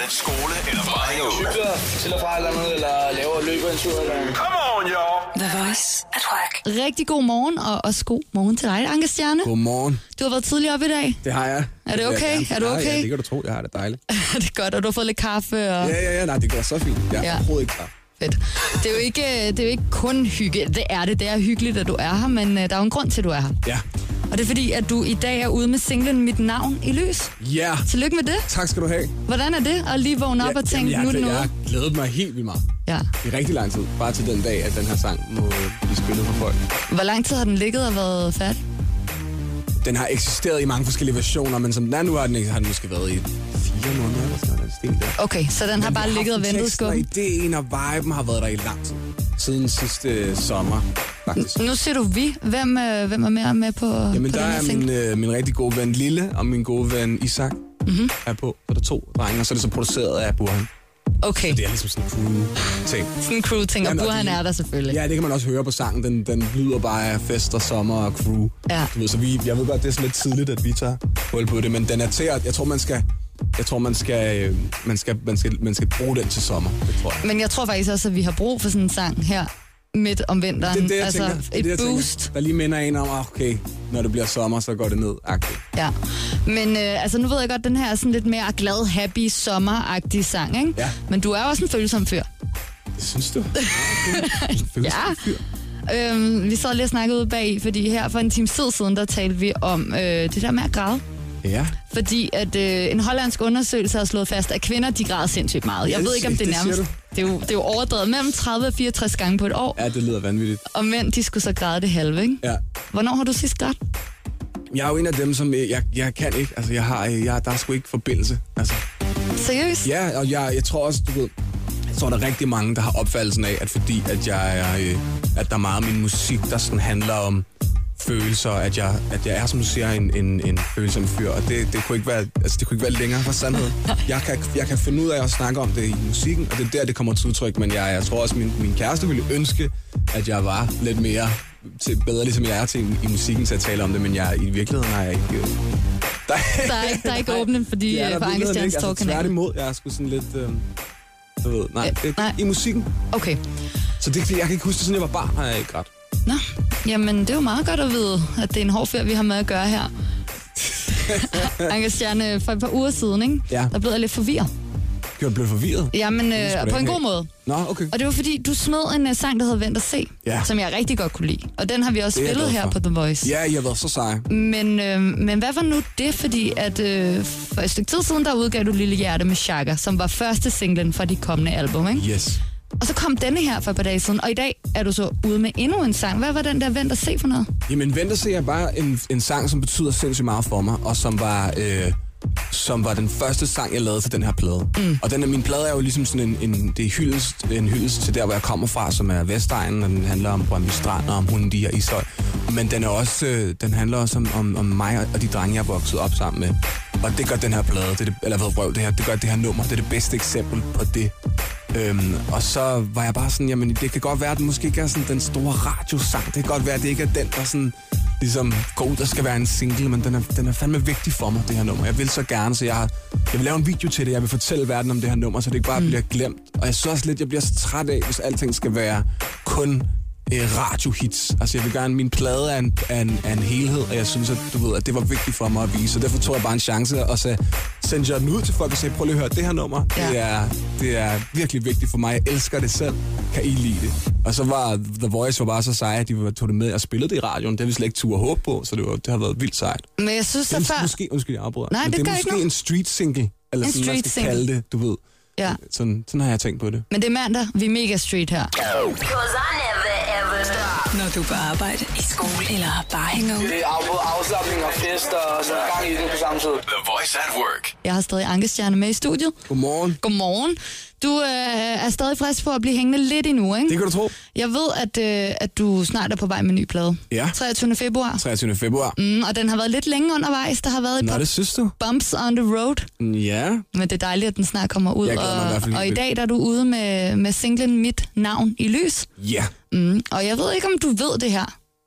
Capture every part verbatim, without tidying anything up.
skole eller bare hænge ud. Cykler til og fra eller noget, eller laver løber en tur. Eller... Come on, y'all. The Voice at Work. Rigtig god morgen, og også god morgen til dig, Anke Stjerne. Godmorgen. Du har været tidligere op i dag. Det har jeg. Er det okay? Ja, er du okay? Ja, det kan du tro. Jeg har det dejligt. det er godt, og du har fået lidt kaffe. Og... Ja, ja, ja. Nej, det går så fint. Jeg er Ja. overhovedet ikke klar. Fedt. Det er, jo ikke, det er jo ikke kun hygge. Det er det. Det er hyggeligt, at du er her, men uh, der er jo en grund til, at du er her. Ja. Og det er fordi, at du i dag er ude med singlen Mit Navn i Lys. Ja. Tillykke med det. Tak skal du have. Hvordan er det at lige vågne op Ja, og tænke, jamen, nu er det jeg, jeg noget? har glædet mig helt vildt meget. Ja. I rigtig lang tid. Bare til den dag, at den her sang må blive spillet for folk. Hvor lang tid har den ligget og været færdig? Den har eksisteret i mange forskellige versioner, men som den er nu, har den, har den måske været i fire måneder eller sådan noget. Stil der. Okay, så den har Men bare vi ligget og haft ventet i teksten, og skubben. ideen og viben har været der i lang tid. Siden sidste øh, sommer, faktisk. Nu siger du vi. Hvem, øh, hvem er mere med på, Jamen, på der den her er single? min, øh, min rigtig gode ven Lille og min gode ven Isak Mm-hmm. er på. Så er der to drenge, og så er det så produceret af Burhan. Okay, Det er ligesom sådan en crew-ting. sådan en crew ting, og Jamen, og Burhan de- er der selvfølgelig. Ja, det kan man også høre på sangen. Den, den lyder bare af fest og sommer og crew. Ja. Du ved, så vi, jeg ved godt, det er sådan lidt tidligt, at vi tager hul på det, men den er til at, jeg tror, man skal, jeg tror, man skal, øh, man skal, man skal, man skal bruge den til sommer. Det tror jeg. Men jeg tror faktisk også, at vi har brug for sådan en sang her midt om vinteren. Det er det, jeg altså tænker. Det er et det, jeg boost. Tænker. Der lige minder en om, okay, når det bliver sommer, så går det ned. -agtigt. Ja. Men øh, altså, nu ved jeg godt, den her er sådan lidt mere glad, happy, sommeragtig sang, ikke? Ja. Men du er også en følsom fyr. Det synes du? Ja, okay. Ja. Øhm, vi sad lige og snakkede ude bag, fordi her for en time tid siden, der talte vi om øh, det der med at græde. Ja. Fordi at øh, en hollandsk undersøgelse har slået fast, at kvinder, de græder sindssygt meget. Jeg Ja, ved ikke, om det er det siger nærmest... Det er, jo, det er jo overdrevet mellem tredive og fireogtres gange på et år. Ja, det lyder vanvittigt. Og mænd, de skulle så græde det halve, ikke? Ja. Hvornår har du sidst grædt? Jeg er jo en af dem, som jeg, jeg kan ikke. Altså, jeg har, jeg, der er sgu ikke forbindelse. Altså, Seriøst? ja, og jeg, jeg tror også, du ved, jeg tror, der er rigtig mange, der har opfattelsen af, at fordi at jeg er, øh, at der er meget af min musik, der sådan handler om følelser, at jeg, at jeg er, som du siger, en, en, en følsom fyr, og det, det, kunne ikke være, altså, det kunne ikke være længere fra sandhed. Jeg kan, jeg kan finde ud af at snakke om det i musikken, og det er der, det kommer til udtryk, men jeg, jeg tror også, min, min kæreste ville ønske, at jeg var lidt mere til, bedre, ligesom jeg er til i, i musikken, til at tale om det, men jeg, i virkeligheden har jeg ikke... Øh, der, Der er ikke, der er ikke åbent for de ja, ja, på Anke Stjernes altså, Torkanal. tværtimod, jeg er sgu sådan lidt... Øh, du ved, nej, Ja, det, nej. i musikken. Okay. Så det, jeg kan ikke huske det, sådan jeg var barn, har jeg ikke ret. Nå, jamen det er jo meget godt at vide, at det er en hård fyr, vi har med at gøre her. Anke Stjerne, for et par uger siden, ikke? Ja. Der blev jeg lidt forvirret. Gjorde du blevet forvirret? Jamen, Det er sgu øh, da på en ikke god måde. Nå, okay. Og det var fordi, du smed en uh, sang, der hedder Vent og Se, Ja. som jeg rigtig godt kunne lide. Og den har vi også Det er jeg spillet glad her for. på The Voice. Ja, I har været så seje. Men, øh, men hvad var nu det? Fordi at øh, for et stykke tid siden, der udgav du Lille Hjerte med Chaka, som var første singlen for de kommende album, ikke? Yes. Og så kom denne her for et par dage siden, og i dag er du så ude med endnu en sang. Hvad var den der Vent og Se for noget? Jamen, Vent og Se er bare en, en sang, som betyder sindssygt meget for mig, og som var... Øh, som var den første sang, jeg lavede til den her plade. Mm. Og den er, min plade er jo ligesom sådan en, en, det er hyldest, en hyldest til der, hvor jeg kommer fra, som er Vestegnen, og den handler om Brøndby Strand og om Hundi og Ishøj. Men den, er også, øh, den handler også om, om, om mig og de drenge, jeg er vokset op sammen med. Og det gør den her plade, det er det, eller hvad røv, det her, det gør det her nummer, det er det bedste eksempel på det. Øhm, og så var jeg bare sådan, jamen det kan godt være, at det måske ikke er sådan den store radiosang. Det kan godt være, at det ikke er den, der sådan ligesom går ud, der skal være en single, men den er, den er fandme vigtig for mig, det her nummer. Jeg vil så gerne, så jeg, har, jeg vil lave en video til det, jeg vil fortælle verden om det her nummer, så det ikke bare mm. bliver glemt. Og jeg synes også lidt, jeg bliver så træt af, hvis alting skal være kun eh, radiohits. Altså jeg vil gerne, min plade er en, er, en, er en helhed, og jeg synes, at, du ved, at det var vigtigt for mig at vise, så derfor tog jeg bare en chance, og så sendte jeg den ud til folk og sagde, prøv lige at høre det her nummer. Ja. Det, er, det er virkelig vigtigt for mig. Jeg elsker det selv. Kan I lide det? Og så var The Voice var bare så seje, at de tog det med og spillede det i radioen. Det har vi slet ikke turde håbe på, så det, var, det har været vildt sejt. Men jeg synes, Det at er før... måske, undskyld, jeg afbryder. Nej, Men det det gør er ikke måske noget. en street single, eller En sådan, man street skal single. kalde det, du ved. Ja. Sådan, sådan har jeg tænkt på det. Men det er mandag, vi er mega street her. Når du er på arbejde, i skole eller bare hænger ud. Det er både afslappning og fester og sådan gang i det på samme tid. The Voice at Work. Jeg har stadig Anke Stjerne med i studiet. Godmorgen. Godmorgen. Du øh, er stadig frisk på at blive hængende lidt endnu, ikke? Det kan du tro. Jeg ved, at, øh, at du snart er på vej med en ny plade. Ja. treogtyvende februar. treogtyvende februar. Mm, og den har været lidt længe undervejs. Der har været et Nå, par det synes du? bumps on the road. Ja. Men det er dejligt, at den snart kommer ud. Jeg glæder mig i hvert fald og, og i helt dag der er du ude med, med singlen Mit Navn i Lys. Ja. Mm, og jeg ved ikke, om du ved det her.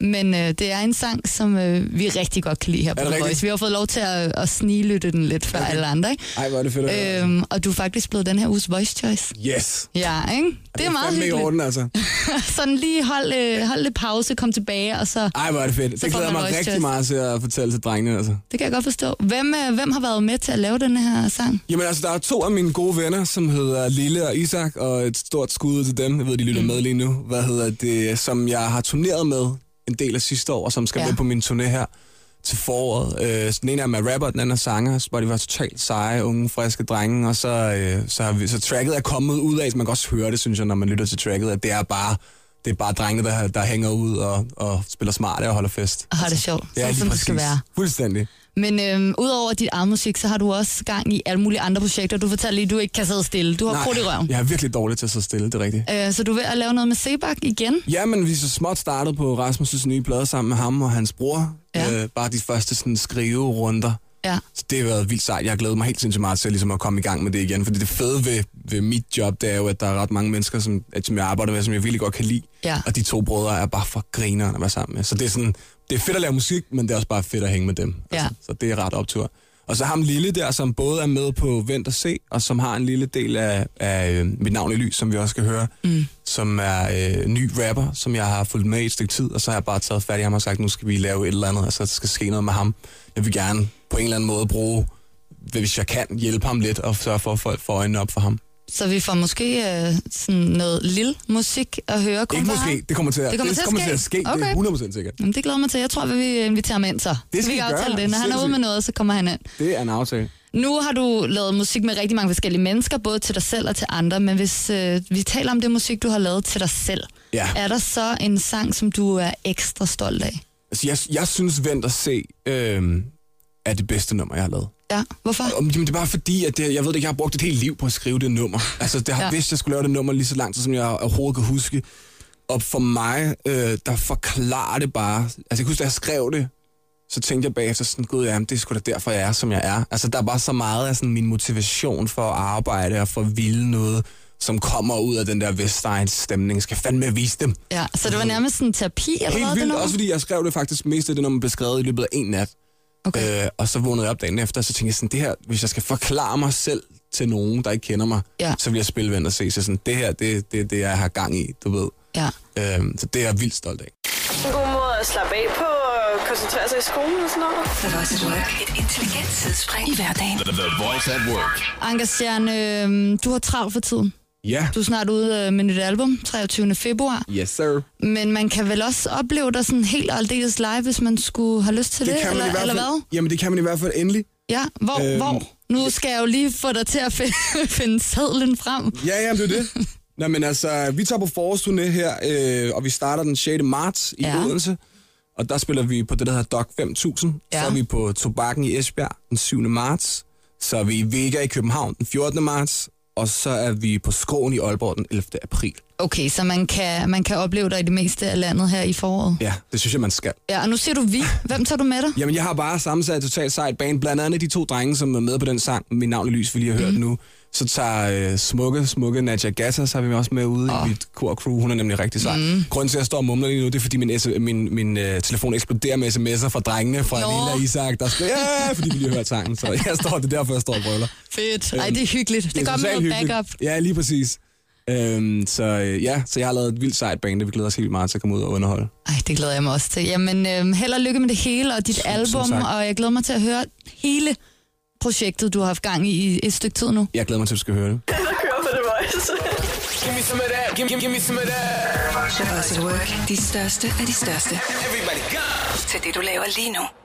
Men øh, det er en sang, som øh, vi rigtig godt kan lide her på The Voice. Vi har fået lov til at, at sniglytte den lidt før okay. alle andre, ikke? Ej, hvor er det fedt. Øhm, og du er faktisk blevet den her uges Voice Choice. Yes! Ja, ikke? Det, det er, er meget hyggeligt. i orden, altså. Sådan lige hold, øh, hold lidt pause, kom tilbage, og så... Ej, hvor er det fedt. Det glæder mig rigtig choice. meget til at fortælle til drengene, altså. Det kan jeg godt forstå. Hvem, øh, hvem har været med til at lave den her sang? Jamen altså, der er to af mine gode venner, som hedder Lille og Isak, og et stort skud til dem. Jeg ved, de lytter mm. med lige nu. Hvad hedder det? Som jeg har turneret med en del af sidste år, og som skal ja. med på min turné her til foråret. Øh, den ene af dem er rapper, den anden er sanger, så de var totalt seje, unge, friske drenge, og så, øh, så, har vi, så tracket er kommet ud af, så man kan også høre det, synes jeg, når man lytter til tracket, at det er bare, det er bare drenge, der, der hænger ud og, og spiller smarte og holder fest. Og har det sjovt, ja, sådan som det skal være. Fuldstændig. Men øhm, udover dit eget musik, så har du også gang i alle mulige andre projekter. Du fortalte lige, at du ikke kan sidde stille. Du har krudt i røven. Jeg er virkelig dårlig til at sidde stille, det er rigtigt. Øh, så du er ved at lave noget med Sebak igen? Ja, men vi er så småt startet på Rasmus' nye plade sammen med ham og hans bror. Ja. Øh, bare de første sådan, skriverunder. Ja. Så det har været vildt sejt. Jeg har glædet mig helt sindssygt meget til ligesom, at komme i gang med det igen. Fordi det fede ved, ved mit job, det er jo, at der er ret mange mennesker, som, som jeg arbejder med, som jeg virkelig godt kan lide. Ja. Og de to brødre er bare for grinerne at være sammen med. Så det er sådan, det er fedt at lave musik, men det er også bare fedt at hænge med dem. Ja. Altså, så det er ret optur. Og så ham Lille der, som både er med på Vent og Se, og som har en lille del af, af øh, Mit Navn i Lys, som vi også skal høre, mm. som er øh, ny rapper, som jeg har fulgt med i et stykke tid, og så har jeg bare taget fat i ham og sagt, nu skal vi lave et eller andet, altså der skal ske noget med ham. Jeg vil gerne på en eller anden måde bruge, hvis jeg kan, hjælpe ham lidt og sørge for, at folk får øjnene op for ham. Så vi får måske øh, sådan noget lille musik at høre. Ikke måske, det kommer til at, det kommer det til, kommer til at ske. Okay. Det er hundrede procent sikkert. Jamen, det glæder mig til. Jeg tror, vi vil invitere ham ind så. Det skal vi gøre. Det. Når han er ude med noget, så kommer han ind. Det er en aftale. Nu har du lavet musik med rigtig mange forskellige mennesker, både til dig selv og til andre, men hvis øh, vi taler om det musik, du har lavet til dig selv, ja. er der så en sang, som du er ekstra stolt af? Altså, jeg, jeg synes, Vent og Se øh, er det bedste nummer, jeg har lavet. Ja, hvorfor? Og, jamen, det er bare fordi, at det, jeg ved ikke, jeg har brugt et helt liv på at skrive det nummer. Altså, det har ja. vidst, at jeg skulle lave det nummer lige så lang tid, som jeg overhovedet kan huske. Og for mig, øh, der forklarer det bare. Altså, jeg kan huske, da jeg skrev det, så tænkte jeg bagefter sådan, gud, ja, det er sgu da derfor, jeg er, som jeg er. Altså, der er bare så meget af sådan, min motivation for at arbejde og for at ville noget, som kommer ud af den der Vestegns stemning. Skal fandme vise dem. Ja, så det var nærmest sådan en terapi, eller helt hvad? Vildt, også fordi jeg skrev det faktisk mest af det, når man blev skrevet i løbet af en nat. Okay. Øh, og så vågnede jeg op dagen efter, og så tænkte jeg sådan, det her, hvis jeg skal forklare mig selv til nogen, der ikke kender mig, ja. så vil jeg spille Vent og Se. Så sådan, det her, det er det, det, jeg har gang i, du ved. Ja. Øhm, så det er jeg vildt stolt af. En god måde at slappe af på og koncentrere sig i skolen og sådan noget. The Voice at Work. Et intelligent tidsspring i hverdagen. The, the Voice at Work. Anker Stjerne, øh, du har travlt for tiden. Ja. Du er snart ude med nyt album, treogtyvende februar. Yes, sir. Men man kan vel også opleve dig sådan helt aldeles live, hvis man skulle have lyst til det, det eller, eller fald, hvad? Jamen, det kan man i hvert fald endelig. Ja, hvor? Øhm, hvor? Nu skal jeg jo lige få dig til at finde, finde sadlen frem. Ja, jamen, det er det. Nå, men altså, vi tager på forårsturné her, øh, og vi starter den sjette marts i ja. Odense. Og der spiller vi på det, der hedder Dog fem tusind. Ja. Så er vi på Tobakken i Esbjerg den syvende marts. Så er vi i Vega i København den fjortende marts. Og så er vi på Skråen i Aalborg den ellevte april. Okay, så man kan, man kan opleve dig i det meste af landet her i foråret? Ja, det synes jeg, man skal. Ja, og nu siger du vi. Hvem tager du med dig? Jamen, jeg har bare sammensat et totalt sejt band. Blandt andet de to drenge, som er med på den sang, Mit Navn i Lys, vi lige har hørt mm. nu. Så tager øh, smukke, smukke Nadia Gassa, så har vi også med ude oh. i mit kor crew. Hun er nemlig rigtig sej. Mm. Grunden til, at jeg står og mumler lige nu, det er, fordi min, min, min uh, telefon eksploderer med sms'er fra drengene, fra Lilla og Isak, der skal, ja, fordi vi lige har hørt sangen. Så jeg står, det er derfor, jeg står og brøller. Fedt. Ej, det er hyggeligt. Det, det er godt med noget backup. Ja, lige præcis. Øhm, så øh, ja, så jeg har lavet et vildt sejt band, det vi glæder os helt meget til at komme ud og underholde. Ej, det glæder jeg mig også til. Jamen, øh, held og lykke med det hele og dit som, album, som og jeg glæder mig til at høre hele projektet, du har haft gang i i et stykke tid nu. Jeg glæder mig til, at du skal høre det. Jeg kører på The Voice. Give me some of that, give, give, give me some of that. The Voice at Work. De største af de største. Everybody go. Til det, du laver lige nu.